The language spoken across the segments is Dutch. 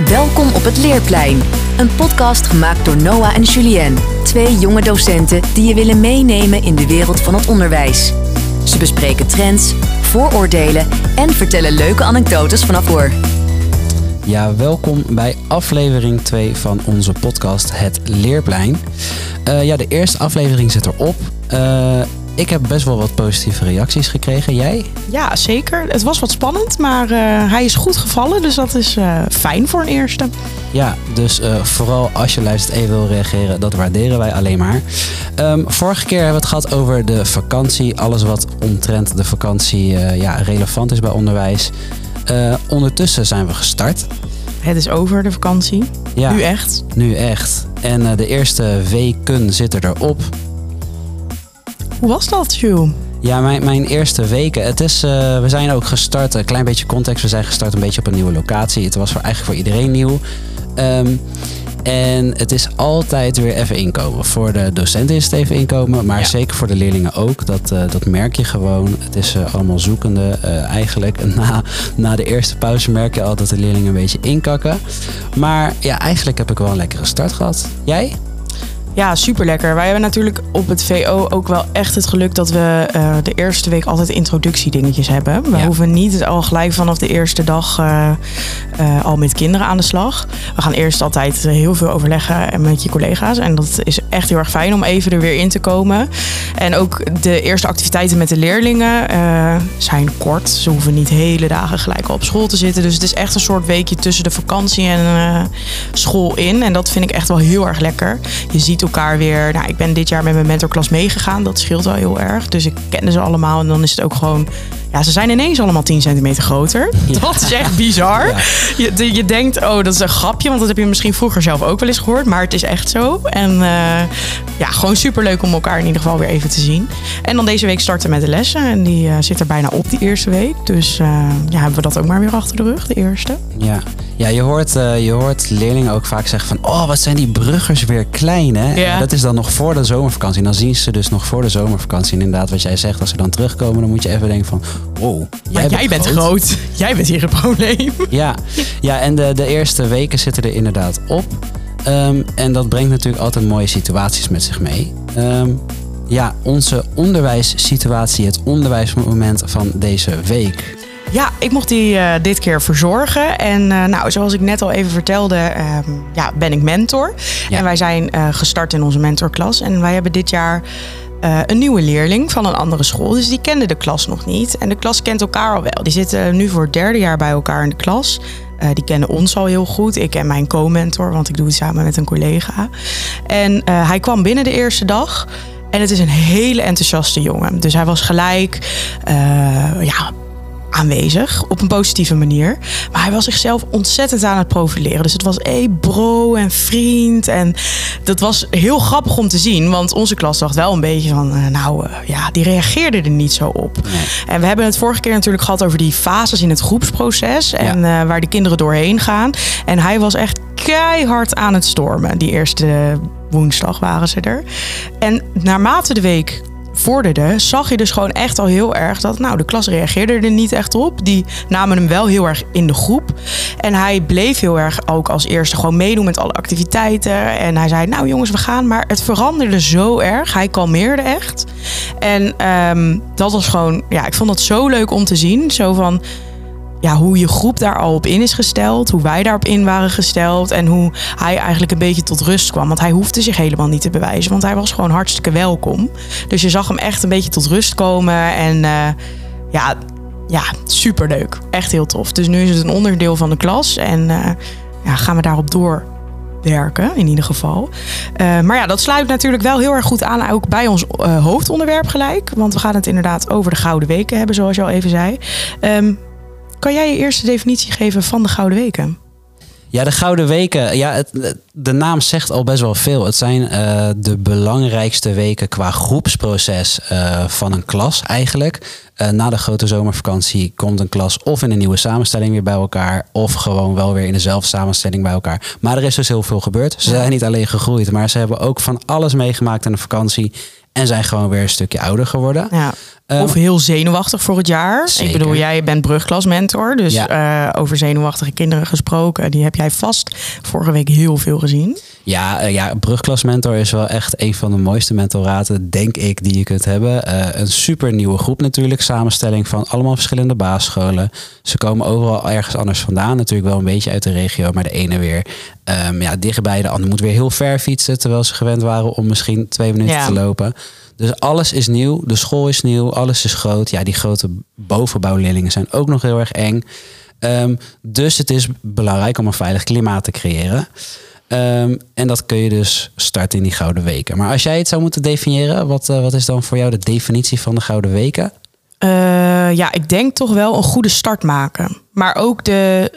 Welkom op het Leerplein. Een podcast gemaakt door Noah en Julienne. 2 jonge docenten die je willen meenemen in de wereld van het onderwijs. Ze bespreken trends, vooroordelen en vertellen leuke anekdotes vanaf voor. Ja, welkom bij aflevering 2 van onze podcast Het Leerplein. De eerste aflevering zit erop. Ik heb best wel wat positieve reacties gekregen. Jij? Ja, zeker. Het was wat spannend, maar hij is goed gevallen. Dus dat is fijn voor een eerste. Ja, dus vooral als je luistert even wil reageren, dat waarderen wij alleen maar. Vorige keer hebben we het gehad over de vakantie. Alles wat omtrent de vakantie relevant is bij onderwijs. Ondertussen zijn we gestart. Het is over, de vakantie. Ja, nu echt. Nu echt. En de eerste weken zitten erop. Hoe was dat, Jules? Ja, mijn eerste weken. We zijn ook gestart, een klein beetje context. We zijn gestart een beetje op een nieuwe locatie. Het was eigenlijk voor iedereen nieuw. En het is altijd weer even inkomen. Voor de docenten is het even inkomen, maar zeker voor de leerlingen ook. Dat merk je gewoon. Het is allemaal zoekende eigenlijk. Na de eerste pauze merk je al dat de leerlingen een beetje inkakken. Maar ja, eigenlijk heb ik wel een lekkere start gehad. Jij? Ja, super lekker. Wij hebben natuurlijk op het VO ook wel echt het geluk dat we de eerste week altijd introductiedingetjes hebben. We hoeven niet al gelijk vanaf de eerste dag al met kinderen aan de slag. We gaan eerst altijd heel veel overleggen met je collega's. En dat is echt heel erg fijn om even er weer in te komen. En ook de eerste activiteiten met de leerlingen zijn kort. Ze hoeven niet hele dagen gelijk al op school te zitten. Dus het is echt een soort weekje tussen de vakantie en school in. En dat vind ik echt wel heel erg lekker. Je ziet elkaar weer. Nou, ik ben dit jaar met mijn mentorklas meegegaan. Dat scheelt wel heel erg. Dus ik kende ze allemaal. En dan is het ook gewoon... Ja, ze zijn ineens allemaal 10 centimeter groter. Ja. Dat is echt bizar. Ja. Je denkt, oh, dat is een grapje. Want dat heb je misschien vroeger zelf ook wel eens gehoord. Maar het is echt zo. En gewoon superleuk om elkaar in ieder geval weer even te zien. En dan deze week starten met de lessen. En die zit er bijna op, die eerste week. Dus hebben we dat ook maar weer achter de rug, de eerste. Ja, je hoort leerlingen ook vaak zeggen van... Oh, wat zijn die bruggers weer klein, hè? Ja. Dat is dan nog voor de zomervakantie. En dan zien ze dus nog voor de zomervakantie. En inderdaad, wat jij zegt, als ze dan terugkomen... dan moet je even denken van... Wow, jij bent groot. Jij bent hier het probleem. Ja, en de eerste weken zitten er inderdaad op. En dat brengt natuurlijk altijd mooie situaties met zich mee. Onze onderwijssituatie, het onderwijsmoment van deze week... Ja, ik mocht die dit keer verzorgen. En zoals ik net al even vertelde, ben ik mentor. Ja. En wij zijn gestart in onze mentorklas. En wij hebben dit jaar een nieuwe leerling van een andere school. Dus die kende de klas nog niet. En de klas kent elkaar al wel. Die zitten nu voor het 3e jaar bij elkaar in de klas. Die kennen ons al heel goed. Ik en mijn co-mentor, want ik doe het samen met een collega. En hij kwam binnen de eerste dag. En het is een hele enthousiaste jongen. Dus hij was gelijk... aanwezig op een positieve manier. Maar hij was zichzelf ontzettend aan het profileren. Dus het was bro en vriend. En dat was heel grappig om te zien. Want onze klas dacht wel een beetje van... die reageerde er niet zo op. Nee. En we hebben het vorige keer natuurlijk gehad over die fases in het groepsproces. En waar de kinderen doorheen gaan. En hij was echt keihard aan het stormen. Die eerste woensdag waren ze er. En naarmate de week vorderde, zag je dus gewoon echt al heel erg dat de klas reageerde er niet echt op. Die namen hem wel heel erg in de groep. En hij bleef heel erg ook als eerste gewoon meedoen met alle activiteiten. En hij zei, jongens, we gaan. Maar het veranderde zo erg. Hij kalmeerde echt. En dat was gewoon, ik vond dat zo leuk om te zien. Zo van... hoe je groep daar al op in is gesteld. Hoe wij daarop in waren gesteld. En hoe hij eigenlijk een beetje tot rust kwam. Want hij hoefde zich helemaal niet te bewijzen. Want hij was gewoon hartstikke welkom. Dus je zag hem echt een beetje tot rust komen. En superleuk. Echt heel tof. Dus nu is het een onderdeel van de klas. En gaan we daarop doorwerken in ieder geval. Maar dat sluit natuurlijk wel heel erg goed aan. Ook bij ons hoofdonderwerp gelijk. Want we gaan het inderdaad over de Gouden Weken hebben. Zoals je al even zei. Kan jij je eerste definitie geven van de Gouden Weken? Ja, de Gouden Weken. Ja, de naam zegt al best wel veel. Het zijn de belangrijkste weken qua groepsproces van een klas eigenlijk. Na de grote zomervakantie komt een klas of in een nieuwe samenstelling weer bij elkaar. Of gewoon wel weer in dezelfde samenstelling bij elkaar. Maar er is dus heel veel gebeurd. Ze zijn niet alleen gegroeid, maar ze hebben ook van alles meegemaakt in de vakantie. En zijn gewoon weer een stukje ouder geworden. Ja. Of heel zenuwachtig voor het jaar. Zeker. Ik bedoel, jij bent brugklasmentor. Dus over zenuwachtige kinderen gesproken. Die heb jij vast vorige week heel veel gezien. Ja, brugklasmentor is wel echt een van de mooiste mentoraten, denk ik, die je kunt hebben. Een super nieuwe groep natuurlijk. Samenstelling van allemaal verschillende basisscholen. Ze komen overal ergens anders vandaan. Natuurlijk wel een beetje uit de regio, maar de ene weer dichtbij. De ander moet weer heel ver fietsen, terwijl ze gewend waren om misschien 2 minuten te lopen. Dus alles is nieuw, de school is nieuw, alles is groot. Ja, die grote bovenbouwleerlingen zijn ook nog heel erg eng. Dus het is belangrijk om een veilig klimaat te creëren. En dat kun je dus starten in die Gouden Weken. Maar als jij het zou moeten definiëren, wat is dan voor jou de definitie van de Gouden Weken? Ik denk toch wel een goede start maken. Maar ook de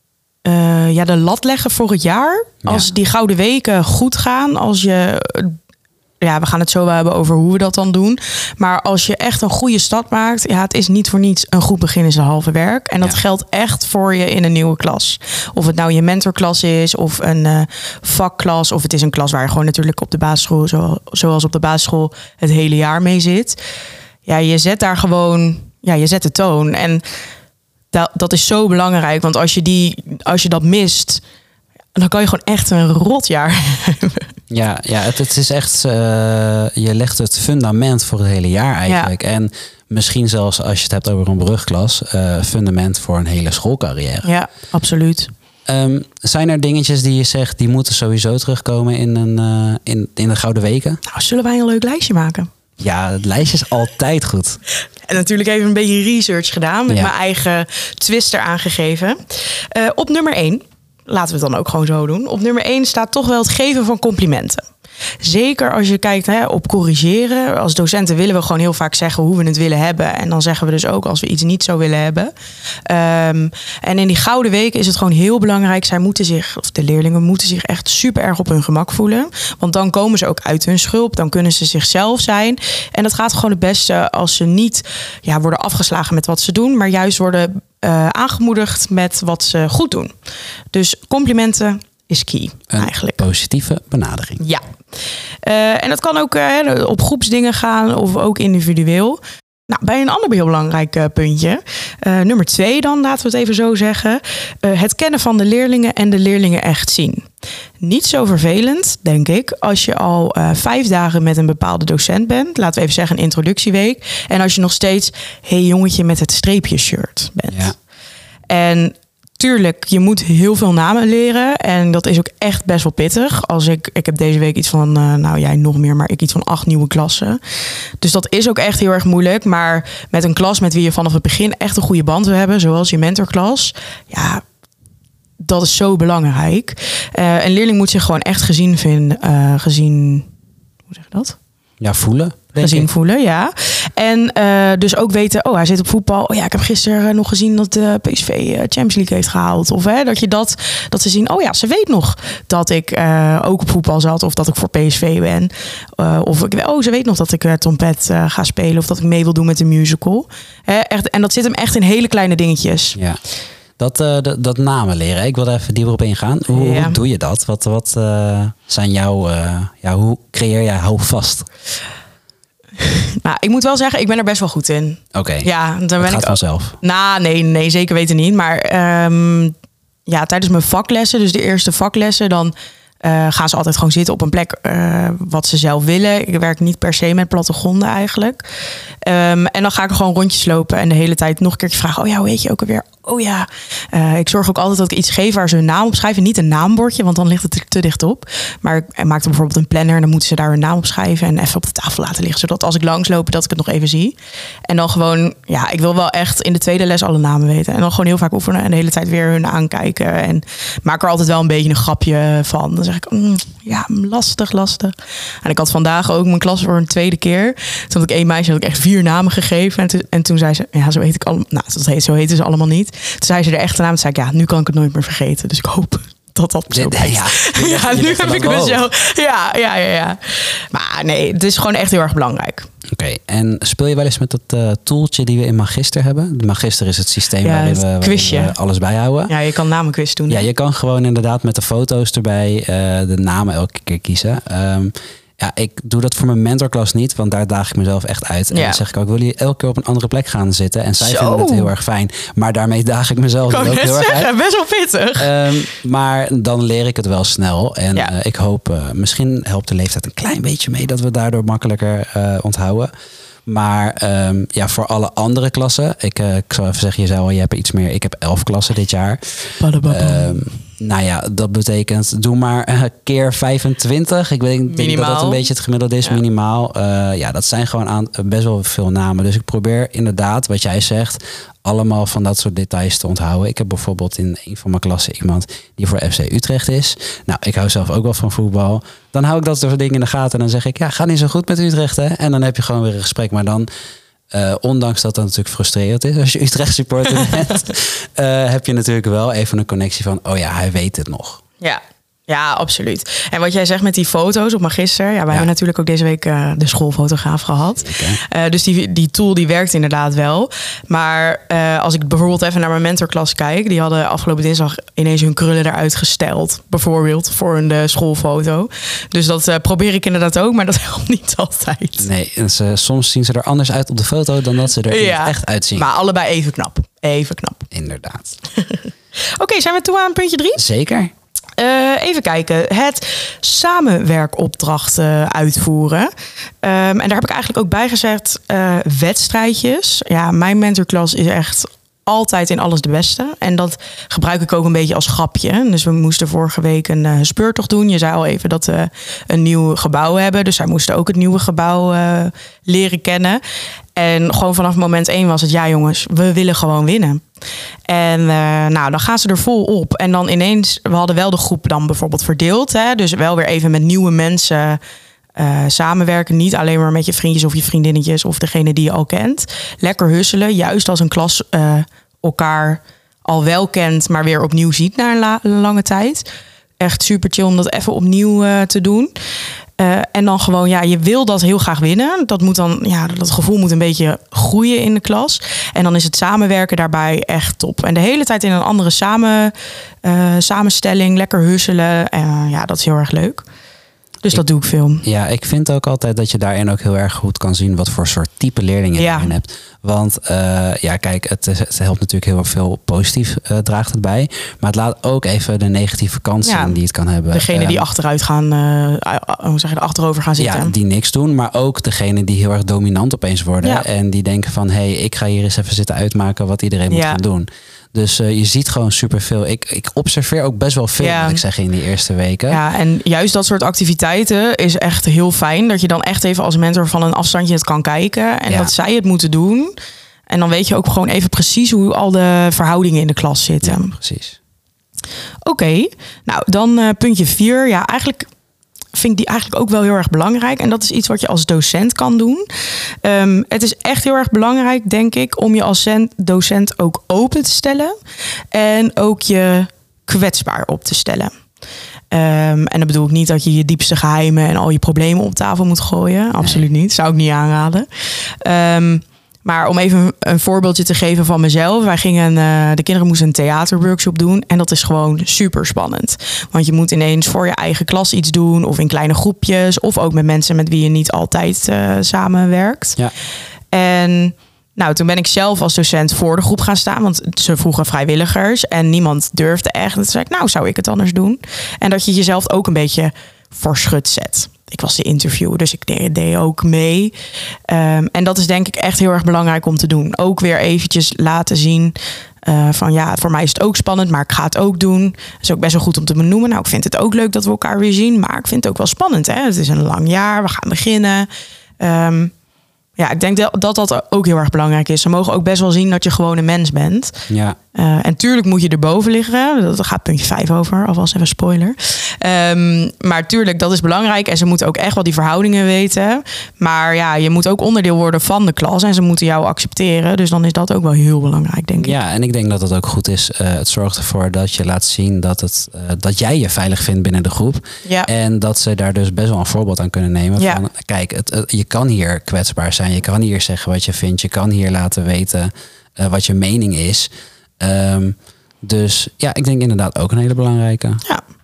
lat leggen voor het jaar. Ja. Als die Gouden Weken goed gaan, als je... Ja, we gaan het zo wel hebben over hoe we dat dan doen. Maar als je echt een goede start maakt... het is niet voor niets een goed begin is een halve werk. En dat geldt echt voor je in een nieuwe klas. Of het nou je mentorklas is of een vakklas... of het is een klas waar je gewoon natuurlijk op de basisschool... zoals op de basisschool het hele jaar mee zit. Ja, je zet daar gewoon... Ja, je zet de toon. En dat is zo belangrijk. Want als je dat mist... dan kan je gewoon echt een rotjaar hebben. Ja, het is echt... je legt het fundament voor het hele jaar eigenlijk. Ja. En misschien zelfs als je het hebt over een brugklas... fundament voor een hele schoolcarrière. Ja, absoluut. Zijn er dingetjes die je zegt... die moeten sowieso terugkomen in de Gouden Weken? Nou, zullen wij een leuk lijstje maken? Ja, het lijstje is altijd goed. En natuurlijk even een beetje research gedaan... met mijn eigen twist eraan gegeven. Op nummer 1... Laten we het dan ook gewoon zo doen. Op nummer 1 staat toch wel het geven van complimenten. Zeker als je kijkt op corrigeren. Als docenten willen we gewoon heel vaak zeggen hoe we het willen hebben. En dan zeggen we dus ook als we iets niet zo willen hebben. En in die Gouden Weken is het gewoon heel belangrijk. De leerlingen moeten zich echt super erg op hun gemak voelen. Want dan komen ze ook uit hun schulp. Dan kunnen ze zichzelf zijn. En dat gaat gewoon het beste als ze niet worden afgeslagen met wat ze doen. Maar juist worden aangemoedigd met wat ze goed doen. Dus complimenten is key eigenlijk. Een positieve benadering. Ja. En dat kan ook op groepsdingen gaan of ook individueel. Nou, bij een ander heel belangrijk puntje. Nummer 2 dan, laten we het even zo zeggen. Het kennen van de leerlingen en de leerlingen echt zien. Niet zo vervelend, denk ik, als je al 5 dagen met een bepaalde docent bent. Laten we even zeggen een introductieweek. En als je nog steeds, jongetje met het streepje shirt bent. Ja. En tuurlijk, je moet heel veel namen leren. En dat is ook echt best wel pittig. Ik heb deze week iets van, jij nog meer, maar ik iets van 8 nieuwe klassen. Dus dat is ook echt heel erg moeilijk. Maar met een klas met wie je vanaf het begin echt een goede band wil hebben, zoals je mentorklas. Ja, dat is zo belangrijk. Een leerling moet zich gewoon echt gezien vinden. Hoe zeg je dat? Ja, voelen. Gezien voelen, ja. En dus ook weten, hij zit op voetbal. Ik heb gisteren nog gezien dat de PSV Champions League heeft gehaald. Of dat ze zien, ze weet nog dat ik ook op voetbal zat. Of dat ik voor PSV ben. Ze weet nog dat ik trompet ga spelen. Of dat ik mee wil doen met de musical. Echt, en dat zit hem echt in hele kleine dingetjes. Ja. Dat namen leren, ik wil er even dieper op ingaan. Hoe doe je dat? Wat zijn jouw... hoe creëer jij houvast? Nou, ik moet wel zeggen, ik ben er best wel goed in. Oké, ja, dat gaat vanzelf. Nee, zeker weten niet. Maar tijdens mijn vaklessen, dus de eerste vaklessen... dan gaan ze altijd gewoon zitten op een plek wat ze zelf willen. Ik werk niet per se met plattegronden eigenlijk. En dan ga ik gewoon rondjes lopen en de hele tijd nog een keertje vragen... hoe heet je ook alweer? Ik zorg ook altijd dat ik iets geef waar ze hun naam op schrijven. Niet een naambordje, want dan ligt het er te dicht op. Maar ik maak dan bijvoorbeeld een planner... en dan moeten ze daar hun naam op schrijven... en even op de tafel laten liggen... zodat als ik langsloop, dat ik het nog even zie. En dan gewoon, ik wil wel echt in de tweede les alle namen weten. En dan gewoon heel vaak oefenen en de hele tijd weer hun aankijken. En maak er altijd wel een beetje een grapje van. Dan zeg ik, lastig. En ik had vandaag ook mijn klas voor een tweede keer. Toen had ik 1 meisje, had ik echt 4 namen gegeven. En toen zei ze, zo heet ik allemaal. Nou, zo heten ze allemaal niet. Toen zei ze de echte naam. Toen zei ik, nu kan ik het nooit meer vergeten. Dus ik hoop dat zo blijft. Nu heb ik mezelf. Ja. Maar nee, het is gewoon echt heel erg belangrijk. Oké, en speel je wel eens met dat tooltje die we in Magister hebben? De Magister is het systeem waarin we alles bijhouden. Ja, je kan namenquiz doen. Ja, je kan gewoon inderdaad met de foto's erbij de namen elke keer kiezen. Ja, ik doe dat voor mijn mentorklas niet, want daar daag ik mezelf echt uit. En dan zeg ik ook, wil je elke keer op een andere plek gaan zitten? En zij vinden het heel erg fijn. Maar daarmee daag ik mezelf ook heel erg uit. Best wel pittig. Maar dan leer ik het wel snel. En ik hoop, misschien helpt de leeftijd een klein beetje mee dat we daardoor makkelijker onthouden. Maar voor alle andere klassen. Ik zal even zeggen, je zei al, je hebt iets meer. Ik heb 11 klassen dit jaar. Nou ja, dat betekent doe maar keer 25. Ik denk dat dat een beetje het gemiddelde is, minimaal. Dat zijn gewoon best wel veel namen. Dus ik probeer inderdaad, wat jij zegt, allemaal van dat soort details te onthouden. Ik heb bijvoorbeeld in een van mijn klassen iemand die voor FC Utrecht is. Nou, ik hou zelf ook wel van voetbal. Dan hou ik dat soort dingen in de gaten en dan zeg ik, gaat niet zo goed met Utrecht, hè? En dan heb je gewoon weer een gesprek. Maar dan, ondanks dat natuurlijk frustrerend is als je Utrecht supporter bent, heb je natuurlijk wel even een connectie van, hij weet het nog. Ja, absoluut. En wat jij zegt met die foto's op Magister. Wij hebben natuurlijk ook deze week de schoolfotograaf gehad. Dus die tool die werkt inderdaad wel. Maar als ik bijvoorbeeld even naar mijn mentorklas kijk. Die hadden afgelopen dinsdag ineens hun krullen eruit gesteld. Bijvoorbeeld voor een schoolfoto. Dus dat probeer ik inderdaad ook. Maar dat helpt niet altijd. Nee, dus, soms zien ze er anders uit op de foto dan dat ze er echt uitzien. Maar allebei even knap. Even knap. Inderdaad. Oké, zijn we toe aan puntje 3? Zeker. Even kijken. Het samenwerkopdracht uitvoeren. En daar heb ik eigenlijk ook bij gezegd wedstrijdjes. Ja, mijn mentorklas is echt altijd in alles de beste. En dat gebruik ik ook een beetje als grapje. Dus we moesten vorige week een speurtocht doen. Je zei al even dat we een nieuw gebouw hebben. Dus zij moesten ook het nieuwe gebouw leren kennen. En gewoon vanaf moment 1 was het, jongens, we willen gewoon winnen. En dan gaan ze er vol op. En dan ineens, we hadden wel de groep dan bijvoorbeeld verdeeld. Hè? Dus wel weer even met nieuwe mensen samenwerken. Niet alleen maar met je vriendjes of je vriendinnetjes of degene die je al kent. Lekker husselen, juist als een klas elkaar al wel kent, maar weer opnieuw ziet na een lange tijd. Echt super chill om dat even opnieuw te doen. En dan gewoon, je wil dat heel graag winnen. Dat moet dan, dat gevoel moet een beetje groeien in de klas. En dan is het samenwerken daarbij echt top. En de hele tijd in een andere samenstelling, lekker husselen. Dat is heel erg leuk. Dus dat doe ik veel. Ja, ik vind ook altijd dat je daarin ook heel erg goed kan zien wat voor soort type leerlingen je erin hebt. Want kijk, het helpt natuurlijk heel veel positief, draagt het bij. Maar het laat ook even de negatieve kant zien die het kan hebben. Degene die achteruit gaan, achterover gaan zitten. Ja, die niks doen. Maar ook degene die heel erg dominant opeens worden. Ja. En die denken van, ik ga hier eens even zitten uitmaken wat iedereen moet gaan doen. Dus je ziet gewoon superveel. Ik observeer ook best wel veel, moet ik zeggen, in die eerste weken. Ja, en juist dat soort activiteiten is echt heel fijn. Dat je dan echt even als mentor van een afstandje het kan kijken. En dat zij het moeten doen. En dan weet je ook gewoon even precies hoe al de verhoudingen in de klas zitten. Ja, precies. Oké, nou dan puntje 4. Ja, eigenlijk vind ik die eigenlijk ook wel heel erg belangrijk. En dat is iets wat je als docent kan doen. Het is echt heel erg belangrijk, denk ik, om je als docent ook open te stellen. En ook je kwetsbaar op te stellen. En dan bedoel ik niet dat je je diepste geheimen en al je problemen op tafel moet gooien. Absoluut niet. Zou ik niet aanraden. Maar om even een voorbeeldje te geven van mezelf. De kinderen moesten een theaterworkshop doen. En dat is gewoon super spannend. Want je moet ineens voor je eigen klas iets doen. Of in kleine groepjes. Of ook met mensen met wie je niet altijd samenwerkt. Ja. En toen ben ik zelf als docent voor de groep gaan staan. Want ze vroegen vrijwilligers. En niemand durfde echt. En toen zei ik, zou ik het anders doen? En dat je jezelf ook een beetje voor schut zet. Ik was de interviewer, dus ik deed ook mee. En dat is denk ik echt heel erg belangrijk om te doen. Ook weer eventjes laten zien voor mij is het ook spannend, maar ik ga het ook doen. Dat is ook best wel goed om te benoemen. Ik vind het ook leuk dat we elkaar weer zien, maar ik vind het ook wel spannend. Hè? Het is een lang jaar, we gaan beginnen. Ik denk dat ook heel erg belangrijk is. Ze mogen ook best wel zien dat je gewoon een mens bent. Ja. En tuurlijk moet je erboven liggen. Dat gaat puntje 5 over, alvast even spoiler. Maar tuurlijk, dat is belangrijk. En ze moeten ook echt wel die verhoudingen weten. Maar je moet ook onderdeel worden van de klas. En ze moeten jou accepteren. Dus dan is dat ook wel heel belangrijk, denk ik. Ja, en ik denk dat het ook goed is. Het zorgt ervoor dat je laat zien dat jij je veilig vindt binnen de groep. Ja. En dat ze daar dus best wel een voorbeeld aan kunnen nemen. Ja. Van, kijk, je kan hier kwetsbaar zijn. Je kan hier zeggen wat je vindt. Je kan hier laten weten wat je mening is. Dus ik denk inderdaad ook een hele belangrijke. Ja.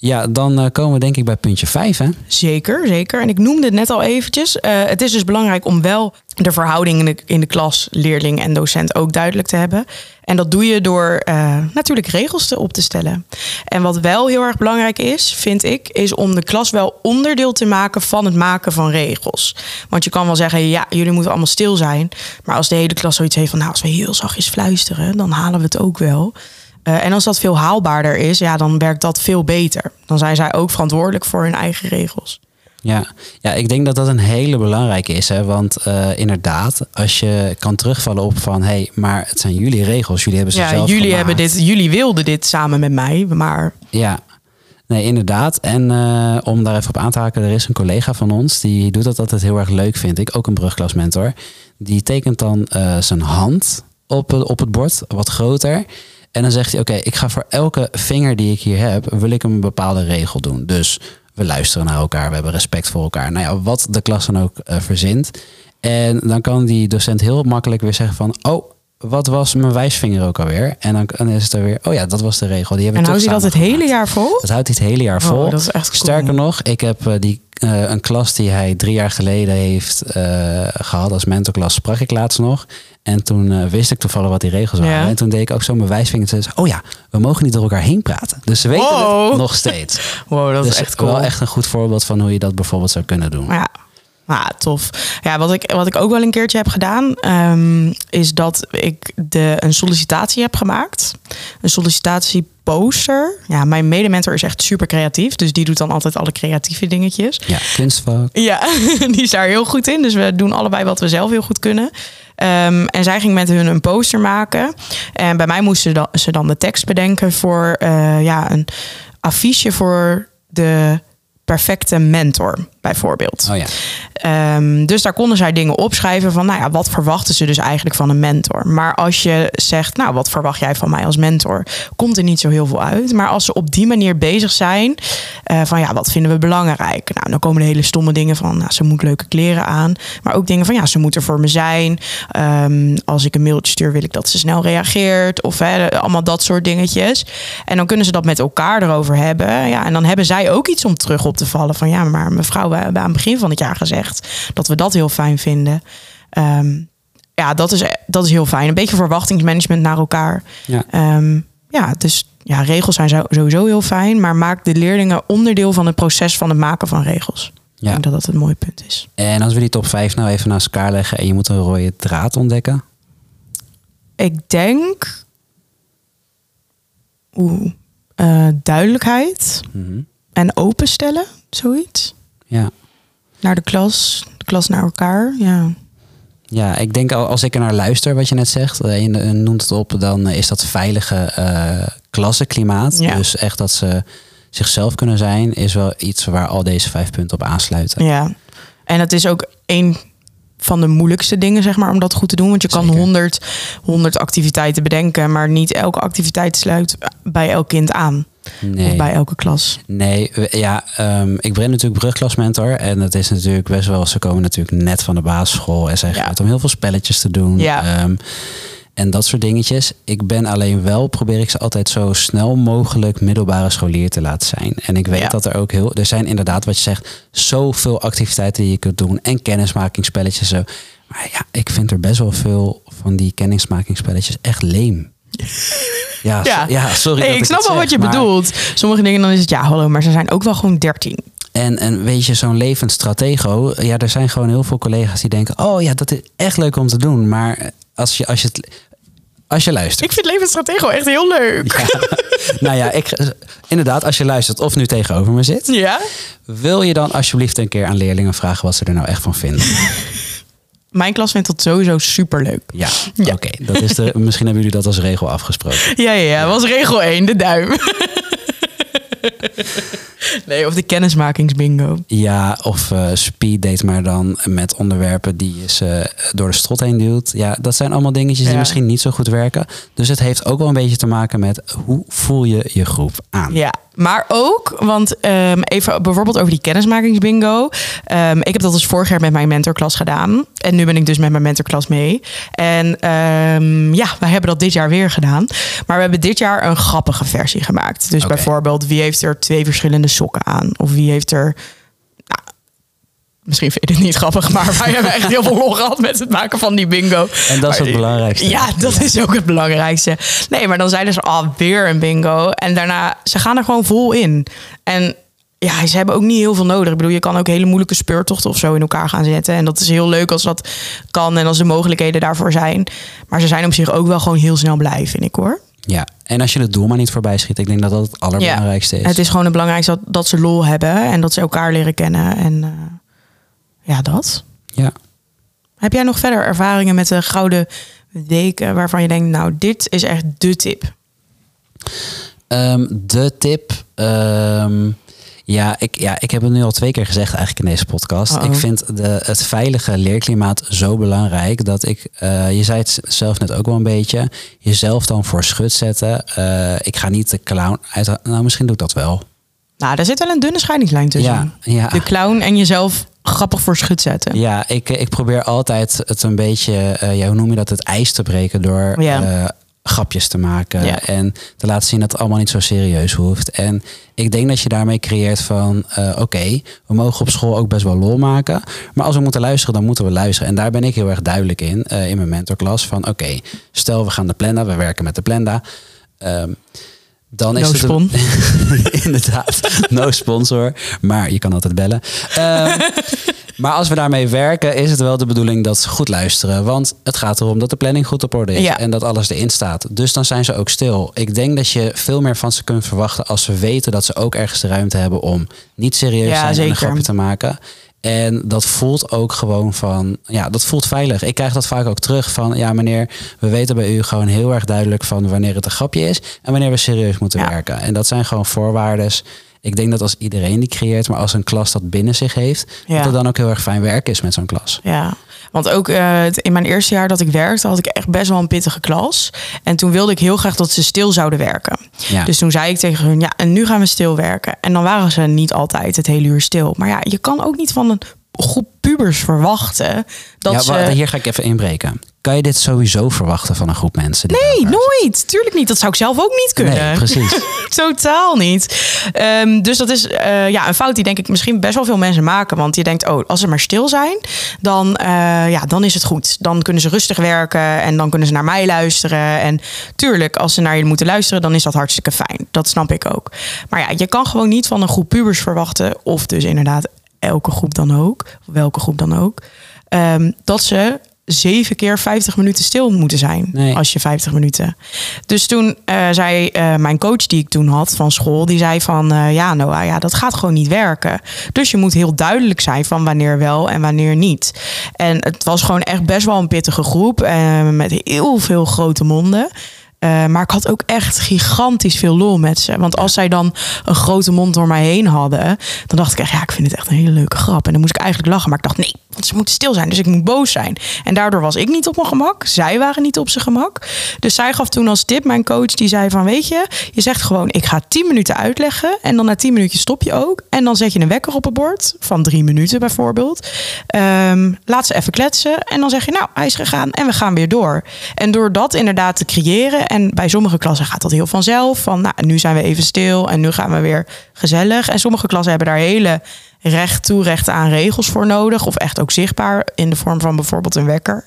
Ja, dan komen we denk ik bij puntje 5, hè? Zeker, zeker. En ik noemde het net al eventjes. Het is dus belangrijk om wel de verhouding in de klas, leerling en docent ook duidelijk te hebben. En dat doe je door natuurlijk regels op te stellen. En wat wel heel erg belangrijk is, vind ik, is om de klas wel onderdeel te maken van het maken van regels. Want je kan wel zeggen, ja, jullie moeten allemaal stil zijn. Maar als de hele klas zoiets heeft van, nou, als we heel zachtjes fluisteren, dan halen we het ook wel. En als dat veel haalbaarder is, ja, dan werkt dat veel beter. Dan zijn zij ook verantwoordelijk voor hun eigen regels. Ja, ik denk dat dat een hele belangrijke is. Hè? Want inderdaad, als je kan terugvallen op van... hé, maar het zijn jullie regels, jullie hebben ze zelf gemaakt. Jullie wilden dit samen met mij, maar... Ja, nee, inderdaad. En om daar even op aan te haken, er is een collega van ons... die doet dat altijd heel erg leuk, vind ik. Ook een brugklasmentor. Die tekent dan zijn hand op het bord, wat groter... En dan zegt hij, oké, ik ga voor elke vinger die ik hier heb... wil ik een bepaalde regel doen. Dus we luisteren naar elkaar, we hebben respect voor elkaar. Nou ja, wat de klas dan ook verzint. En dan kan die docent heel makkelijk weer zeggen van... oh, wat was mijn wijsvinger ook alweer? En dan is het er weer, oh ja, dat was de regel. Die hebben en houdt hij dat het hele jaar vol? Dat houdt hij het hele jaar vol. Dat is echt cool. Sterker nog, ik heb een klas die hij 3 jaar geleden heeft gehad als mentorklas, sprak ik laatst nog. En toen wist ik toevallig wat die regels waren. Ja. En toen deed ik ook zo mijn wijsvinger te zeggen, oh ja, we mogen niet door elkaar heen praten. Dus ze weten het nog steeds. Wow, dat dus is echt cool. Wel echt een goed voorbeeld van hoe je dat bijvoorbeeld zou kunnen doen. Ja. Ah, tof. Ja, wat ik ook wel een keertje heb gedaan, is dat ik een sollicitatie heb gemaakt. Een sollicitatieposter. Ja, mijn medementor is echt super creatief. Dus die doet dan altijd alle creatieve dingetjes. Ja, kunstvak. Ja, die is daar heel goed in. Dus we doen allebei wat we zelf heel goed kunnen. En zij ging met hun een poster maken. En bij mij moesten ze dan de tekst bedenken voor een affiche voor de perfecte mentor, bijvoorbeeld. Oh ja. Dus daar konden zij dingen opschrijven van, nou ja, wat verwachten ze dus eigenlijk van een mentor? Maar als je zegt, nou, wat verwacht jij van mij als mentor? Komt er niet zo heel veel uit. Maar als ze op die manier bezig zijn, van ja, wat vinden we belangrijk? Nou, dan komen de hele stomme dingen van, nou, ze moet leuke kleren aan. Maar ook dingen van, ja, ze moet er voor me zijn. Als ik een mailtje stuur, wil ik dat ze snel reageert. Of allemaal dat soort dingetjes. En dan kunnen ze dat met elkaar erover hebben. Ja, en dan hebben zij ook iets om terug op te vallen. Van ja, maar mevrouw, we hebben aan het begin van het jaar gezegd dat we dat heel fijn vinden. Ja, dat is heel fijn. Een beetje verwachtingsmanagement naar elkaar. Ja. Dus ja, regels zijn sowieso heel fijn. Maar maak de leerlingen onderdeel van het proces van het maken van regels. Ja. Ik denk dat dat een mooi punt is. En als we die top 5 nou even naast elkaar leggen en je moet een rode draad ontdekken? Ik denk duidelijkheid en openstellen, zoiets. Ja. Naar de klas naar elkaar, ja. Ja, ik denk als ik er naar luister, wat je net zegt, je noemt het op, dan is dat veilige klassenklimaat. Ja. Dus echt dat ze zichzelf kunnen zijn, is wel iets waar al deze 5 punten op aansluiten. Ja, en het is ook een van de moeilijkste dingen, zeg maar, om dat goed te doen. Want je kan 100 activiteiten bedenken, maar niet elke activiteit sluit bij elk kind aan. Nee. Of bij elke klas. Nee, ja, ik ben natuurlijk brugklasmentor. En het is natuurlijk best wel, ze komen natuurlijk net van de basisschool. En zij gaat om heel veel spelletjes te doen. Ja. En dat soort dingetjes. Ik ben alleen wel, probeer ik ze altijd zo snel mogelijk middelbare scholier te laten zijn. En ik weet dat er zijn inderdaad, wat je zegt, zoveel activiteiten die je kunt doen. En kennismakingsspelletjes zo. Maar ja, ik vind er best wel veel van die kennismakingsspelletjes echt leem. Ja, sorry. Nee, ik snap wel wat je bedoelt. Sommige dingen, dan is het hallo, maar ze zijn ook wel gewoon 13. En weet je, zo'n levend stratego. Ja, er zijn gewoon heel veel collega's die denken, oh ja, dat is echt leuk om te doen. Maar als je luistert. Ik vind levend stratego echt heel leuk. Ja. Nou ja, inderdaad, als je luistert of nu tegenover me zit. Ja. Wil je dan alsjeblieft een keer aan leerlingen vragen wat ze er nou echt van vinden? Mijn klas vindt dat sowieso superleuk. Ja. Oké. Misschien hebben jullie dat als regel afgesproken. Ja, was regel 1, de duim. Nee, of de kennismakingsbingo. Ja, of speeddate, maar dan met onderwerpen die je door de strot heen duwt. Ja, dat zijn allemaal dingetjes die misschien niet zo goed werken. Dus het heeft ook wel een beetje te maken met hoe voel je je groep aan. Ja, Maar ook, want even bijvoorbeeld over die kennismakingsbingo. Ik heb dat dus vorig jaar met mijn mentorklas gedaan. En nu ben ik dus met mijn mentorklas mee. En wij hebben dat dit jaar weer gedaan. Maar we hebben dit jaar een grappige versie gemaakt. Dus bijvoorbeeld, wie heeft er 2 verschillende sokken aan? Of wie heeft er... Misschien vind je het niet grappig, maar wij hebben echt heel veel lol gehad met het maken van die bingo. En dat is het belangrijkste. Ja, dat is ook het belangrijkste. Nee, maar dan zeiden ze weer een bingo. En daarna, ze gaan er gewoon vol in. En ja, ze hebben ook niet heel veel nodig. Ik bedoel, je kan ook hele moeilijke speurtochten of zo in elkaar gaan zetten. En dat is heel leuk als dat kan en als de mogelijkheden daarvoor zijn. Maar ze zijn op zich ook wel gewoon heel snel blij, vind ik hoor. Ja, en als je het doel maar niet voorbij schiet, ik denk dat dat het allerbelangrijkste is. Het is gewoon het belangrijkste dat ze lol hebben en dat ze elkaar leren kennen. En ja, dat. Ja. Heb jij nog verder ervaringen met de Gouden Weken waarvan je denkt, nou, dit is echt de tip? De tip... ik heb het nu al 2 keer gezegd eigenlijk in deze podcast. Ik vind het veilige leerklimaat zo belangrijk dat ik, je zei het zelf net ook wel een beetje, jezelf dan voor schut zetten. Ik ga niet de clown uit. Nou, misschien doe ik dat wel. Nou, daar zit wel een dunne scheidingslijn tussen. Ja. De clown en jezelf grappig voor schut zetten. Ja, ik probeer altijd het een beetje, hoe noem je dat, het ijs te breken door grapjes te maken en te laten zien dat het allemaal niet zo serieus hoeft. En ik denk dat je daarmee creëert van oké, we mogen op school ook best wel lol maken, maar als we moeten luisteren, dan moeten we luisteren. En daar ben ik heel erg duidelijk in mijn mentorklas van oké, stel we gaan de Plenda, we werken met de Plenda. Dan is spon. Inderdaad, no sponsor, maar je kan altijd bellen. Maar als we daarmee werken, is het wel de bedoeling dat ze goed luisteren. Want het gaat erom dat de planning goed op orde is en dat alles erin staat. Dus dan zijn ze ook stil. Ik denk dat je veel meer van ze kunt verwachten als ze weten dat ze ook ergens de ruimte hebben om niet serieus te zijn en een grapje te maken. En dat voelt ook gewoon van, dat voelt veilig. Ik krijg dat vaak ook terug van, meneer, we weten bij u gewoon heel erg duidelijk van wanneer het een grapje is en wanneer we serieus moeten werken. En dat zijn gewoon voorwaarden. Ik denk dat als iedereen die creëert, maar als een klas dat binnen zich heeft, dat het dan ook heel erg fijn werken is met zo'n klas. Ja, want ook in mijn eerste jaar dat ik werkte, had ik echt best wel een pittige klas. En toen wilde ik heel graag dat ze stil zouden werken. Ja. Dus toen zei ik tegen hun, en nu gaan we stil werken. En dan waren ze niet altijd het hele uur stil. Maar je kan ook niet van een groep pubers verwachten dat ze... Hier ga ik even inbreken. Kan je dit sowieso verwachten van een groep mensen? Nee, nooit. Tuurlijk niet. Dat zou ik zelf ook niet kunnen. Nee, precies. Totaal niet. Dus dat is een fout die denk ik misschien best wel veel mensen maken. Want je denkt, als ze maar stil zijn, dan is het goed. Dan kunnen ze rustig werken en dan kunnen ze naar mij luisteren. En tuurlijk, als ze naar je moeten luisteren, dan is dat hartstikke fijn. Dat snap ik ook. Maar je kan gewoon niet van een groep pubers verwachten, of dus inderdaad elke groep dan ook, welke groep dan ook, dat ze 7 keer 50 minuten stil moeten zijn. Nee. Als je 50 minuten. Dus toen zei mijn coach die ik toen had van school, die zei van Noah, dat gaat gewoon niet werken. Dus je moet heel duidelijk zijn van wanneer wel en wanneer niet. En het was gewoon echt best wel een pittige groep met heel veel grote monden. Maar ik had ook echt gigantisch veel lol met ze. Want als zij dan een grote mond door mij heen hadden, dan dacht ik echt, ik vind het echt een hele leuke grap. En dan moest ik eigenlijk lachen. Maar ik dacht, nee, want ze moeten stil zijn. Dus ik moet boos zijn. En daardoor was ik niet op mijn gemak. Zij waren niet op zijn gemak. Dus zij gaf toen als tip, mijn coach, die zei van, weet je zegt gewoon, ik ga 10 minuten uitleggen. En dan na 10 minuutjes stop je ook. En dan zet je een wekker op het bord van 3 minuten bijvoorbeeld. Laat ze even kletsen. En dan zeg je, nou, hij is gegaan en we gaan weer door. En door dat inderdaad te creëren. En bij sommige klassen gaat dat heel vanzelf. Van, nou, nu zijn we even stil en nu gaan we weer gezellig. En sommige klassen hebben daar hele recht toe, recht aan regels voor nodig. Of echt ook zichtbaar in de vorm van bijvoorbeeld een wekker.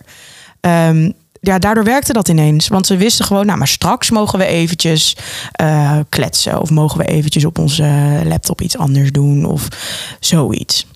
Daardoor werkte dat ineens. Want ze wisten gewoon, nou, maar straks mogen we eventjes kletsen. Of mogen we eventjes op onze laptop iets anders doen. Of zoiets.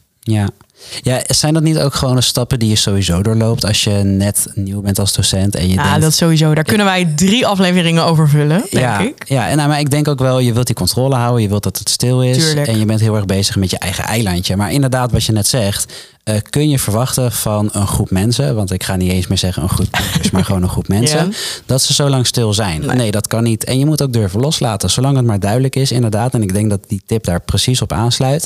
Ja, zijn dat niet ook gewoon de stappen die je sowieso doorloopt als je net nieuw bent als docent? En je denkt, dat sowieso. Daar kunnen wij 3 afleveringen over vullen, denk ik. Ja, maar ik denk ook wel, je wilt die controle houden. Je wilt dat het stil is. Tuurlijk. En je bent heel erg bezig met je eigen eilandje. Maar inderdaad, wat je net zegt, kun je verwachten van een groep mensen, want ik ga niet eens meer zeggen een groep mensen, maar gewoon een groep mensen, dat ze zo lang stil zijn. Nee, dat kan niet. En je moet ook durven loslaten, zolang het maar duidelijk is, inderdaad. En ik denk dat die tip daar precies op aansluit.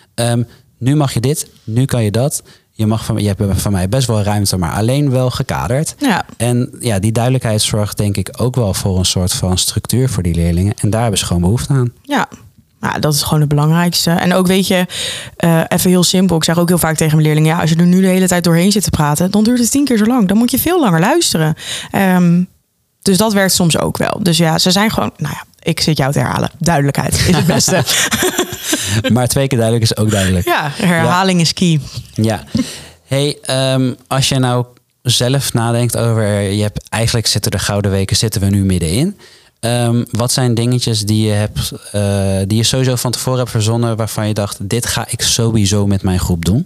Nu mag je dit, nu kan je dat. Je hebt van mij best wel ruimte, maar alleen wel gekaderd. Ja. En die duidelijkheid zorgt denk ik ook wel voor een soort van structuur voor die leerlingen. En daar hebben ze gewoon behoefte aan. Ja, Nou, dat is gewoon het belangrijkste. En ook weet je, even heel simpel. Ik zeg ook heel vaak tegen mijn leerlingen... ja, als je er nu de hele tijd doorheen zit te praten... dan duurt het 10 keer zo lang. Dan moet je veel langer luisteren. Dus dat werkt soms ook wel. Dus ja, ze zijn gewoon... Nou ja, ik zit jou te herhalen. Duidelijkheid is het beste. Maar 2 keer duidelijk is ook duidelijk. Ja, herhaling is key. Ja. Hey, als je nou zelf nadenkt over... eigenlijk zitten de Gouden Weken zitten we nu middenin... wat zijn dingetjes die je sowieso van tevoren hebt verzonnen... waarvan je dacht, dit ga ik sowieso met mijn groep doen?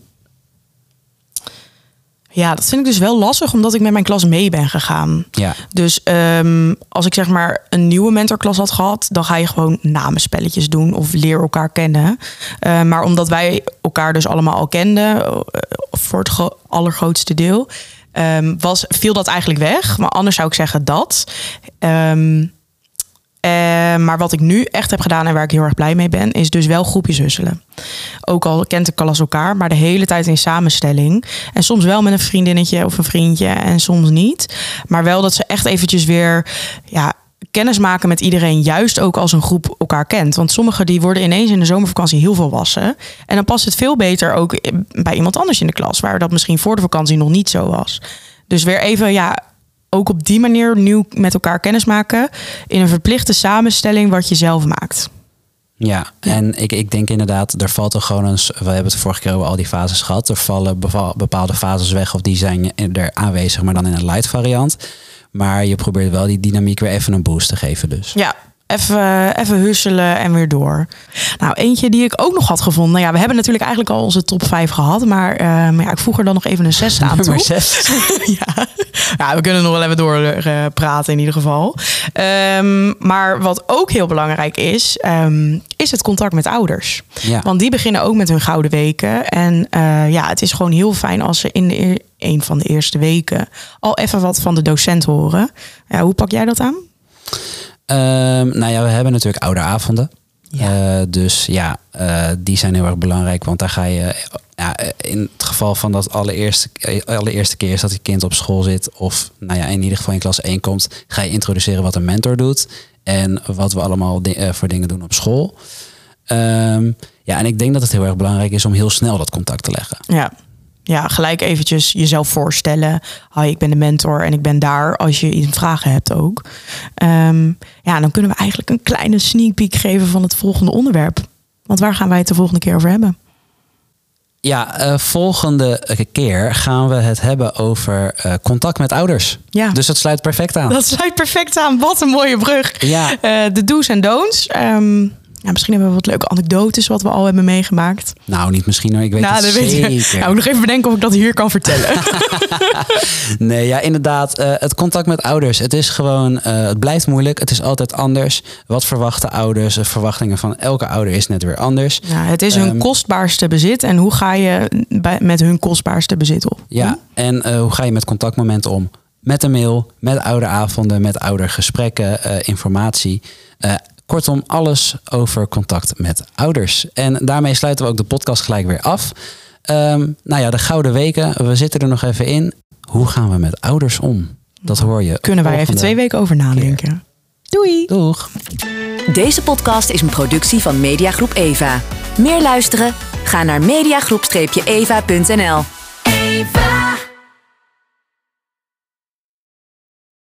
Ja, dat vind ik dus wel lastig, omdat ik met mijn klas mee ben gegaan. Ja. Dus als ik zeg maar een nieuwe mentorklas had gehad... dan ga je gewoon namenspelletjes doen of leer elkaar kennen. Maar omdat wij elkaar dus allemaal al kenden... voor het allergrootste deel... viel dat eigenlijk weg. Maar anders zou ik zeggen dat... maar wat ik nu echt heb gedaan en waar ik heel erg blij mee ben... is dus wel groepjes husselen. Ook al kent de klas elkaar, maar de hele tijd in samenstelling. En soms wel met een vriendinnetje of een vriendje en soms niet. Maar wel dat ze echt eventjes weer kennis maken met iedereen. Juist ook als een groep elkaar kent. Want sommigen die worden ineens in de zomervakantie heel volwassen. En dan past het veel beter ook bij iemand anders in de klas. Waar dat misschien voor de vakantie nog niet zo was. Dus weer even... ook op die manier nieuw met elkaar kennis maken... in een verplichte samenstelling wat je zelf maakt. Ja, en ik denk inderdaad, er valt er gewoon we hebben het vorige keer over al die fases gehad. Er vallen bepaalde fases weg of die zijn er aanwezig, maar dan in een light variant. Maar je probeert wel die dynamiek weer even een boost te geven dus. Ja, even husselen en weer door. Nou, eentje die ik ook nog had gevonden. Ja, we hebben natuurlijk eigenlijk al onze top 5 gehad. Maar ik voeg er dan nog even een 6 aan toe. Nummer 6. Ja, we kunnen nog wel even door praten in ieder geval. Maar wat ook heel belangrijk is het contact met ouders. Ja. Want die beginnen ook met hun Gouden Weken. En het is gewoon heel fijn als ze in een van de eerste weken... al even wat van de docent horen. Ja, hoe pak jij dat aan? We hebben natuurlijk ouderavonden. Ja. Die zijn heel erg belangrijk. Want daar ga je in het geval van dat allereerste keer is dat je kind op school zit... of in ieder geval in klas 1 komt... ga je introduceren wat een mentor doet... en wat we allemaal voor dingen doen op school. En ik denk dat het heel erg belangrijk is om heel snel dat contact te leggen. Ja, gelijk eventjes jezelf voorstellen. Hi, ik ben de mentor en ik ben daar als je iets vragen hebt ook. Dan kunnen we eigenlijk een kleine sneak peek geven van het volgende onderwerp. Want waar gaan wij het de volgende keer over hebben? Ja, volgende keer gaan we het hebben over contact met ouders. Ja. Dus dat sluit perfect aan. Dat sluit perfect aan. Wat een mooie brug. Ja. De do's en don'ts. Misschien hebben we wat leuke anekdotes wat we al hebben meegemaakt. Nou, niet misschien hoor. Ik weet het zeker. Nou, nog even bedenken of ik dat hier kan vertellen. Nee, inderdaad. Het contact met ouders. Het is gewoon, het blijft moeilijk. Het is altijd anders. Wat verwachten ouders? De verwachtingen van elke ouder is net weer anders. Ja, het is hun kostbaarste bezit. En hoe ga je met hun kostbaarste bezit om? Ja, en hoe ga je met contactmomenten om? Met een mail, met ouderavonden, met oudergesprekken, informatie... Kortom, alles over contact met ouders. En daarmee sluiten we ook de podcast gelijk weer af. De Gouden Weken, we zitten er nog even in. Hoe gaan we met ouders om? Dat hoor je. Kunnen wij even 2 weken over nadenken. Keer. Doei! Doeg! Deze podcast is een productie van Mediagroep Eva. Meer luisteren? Ga naar mediagroep-eva.nl.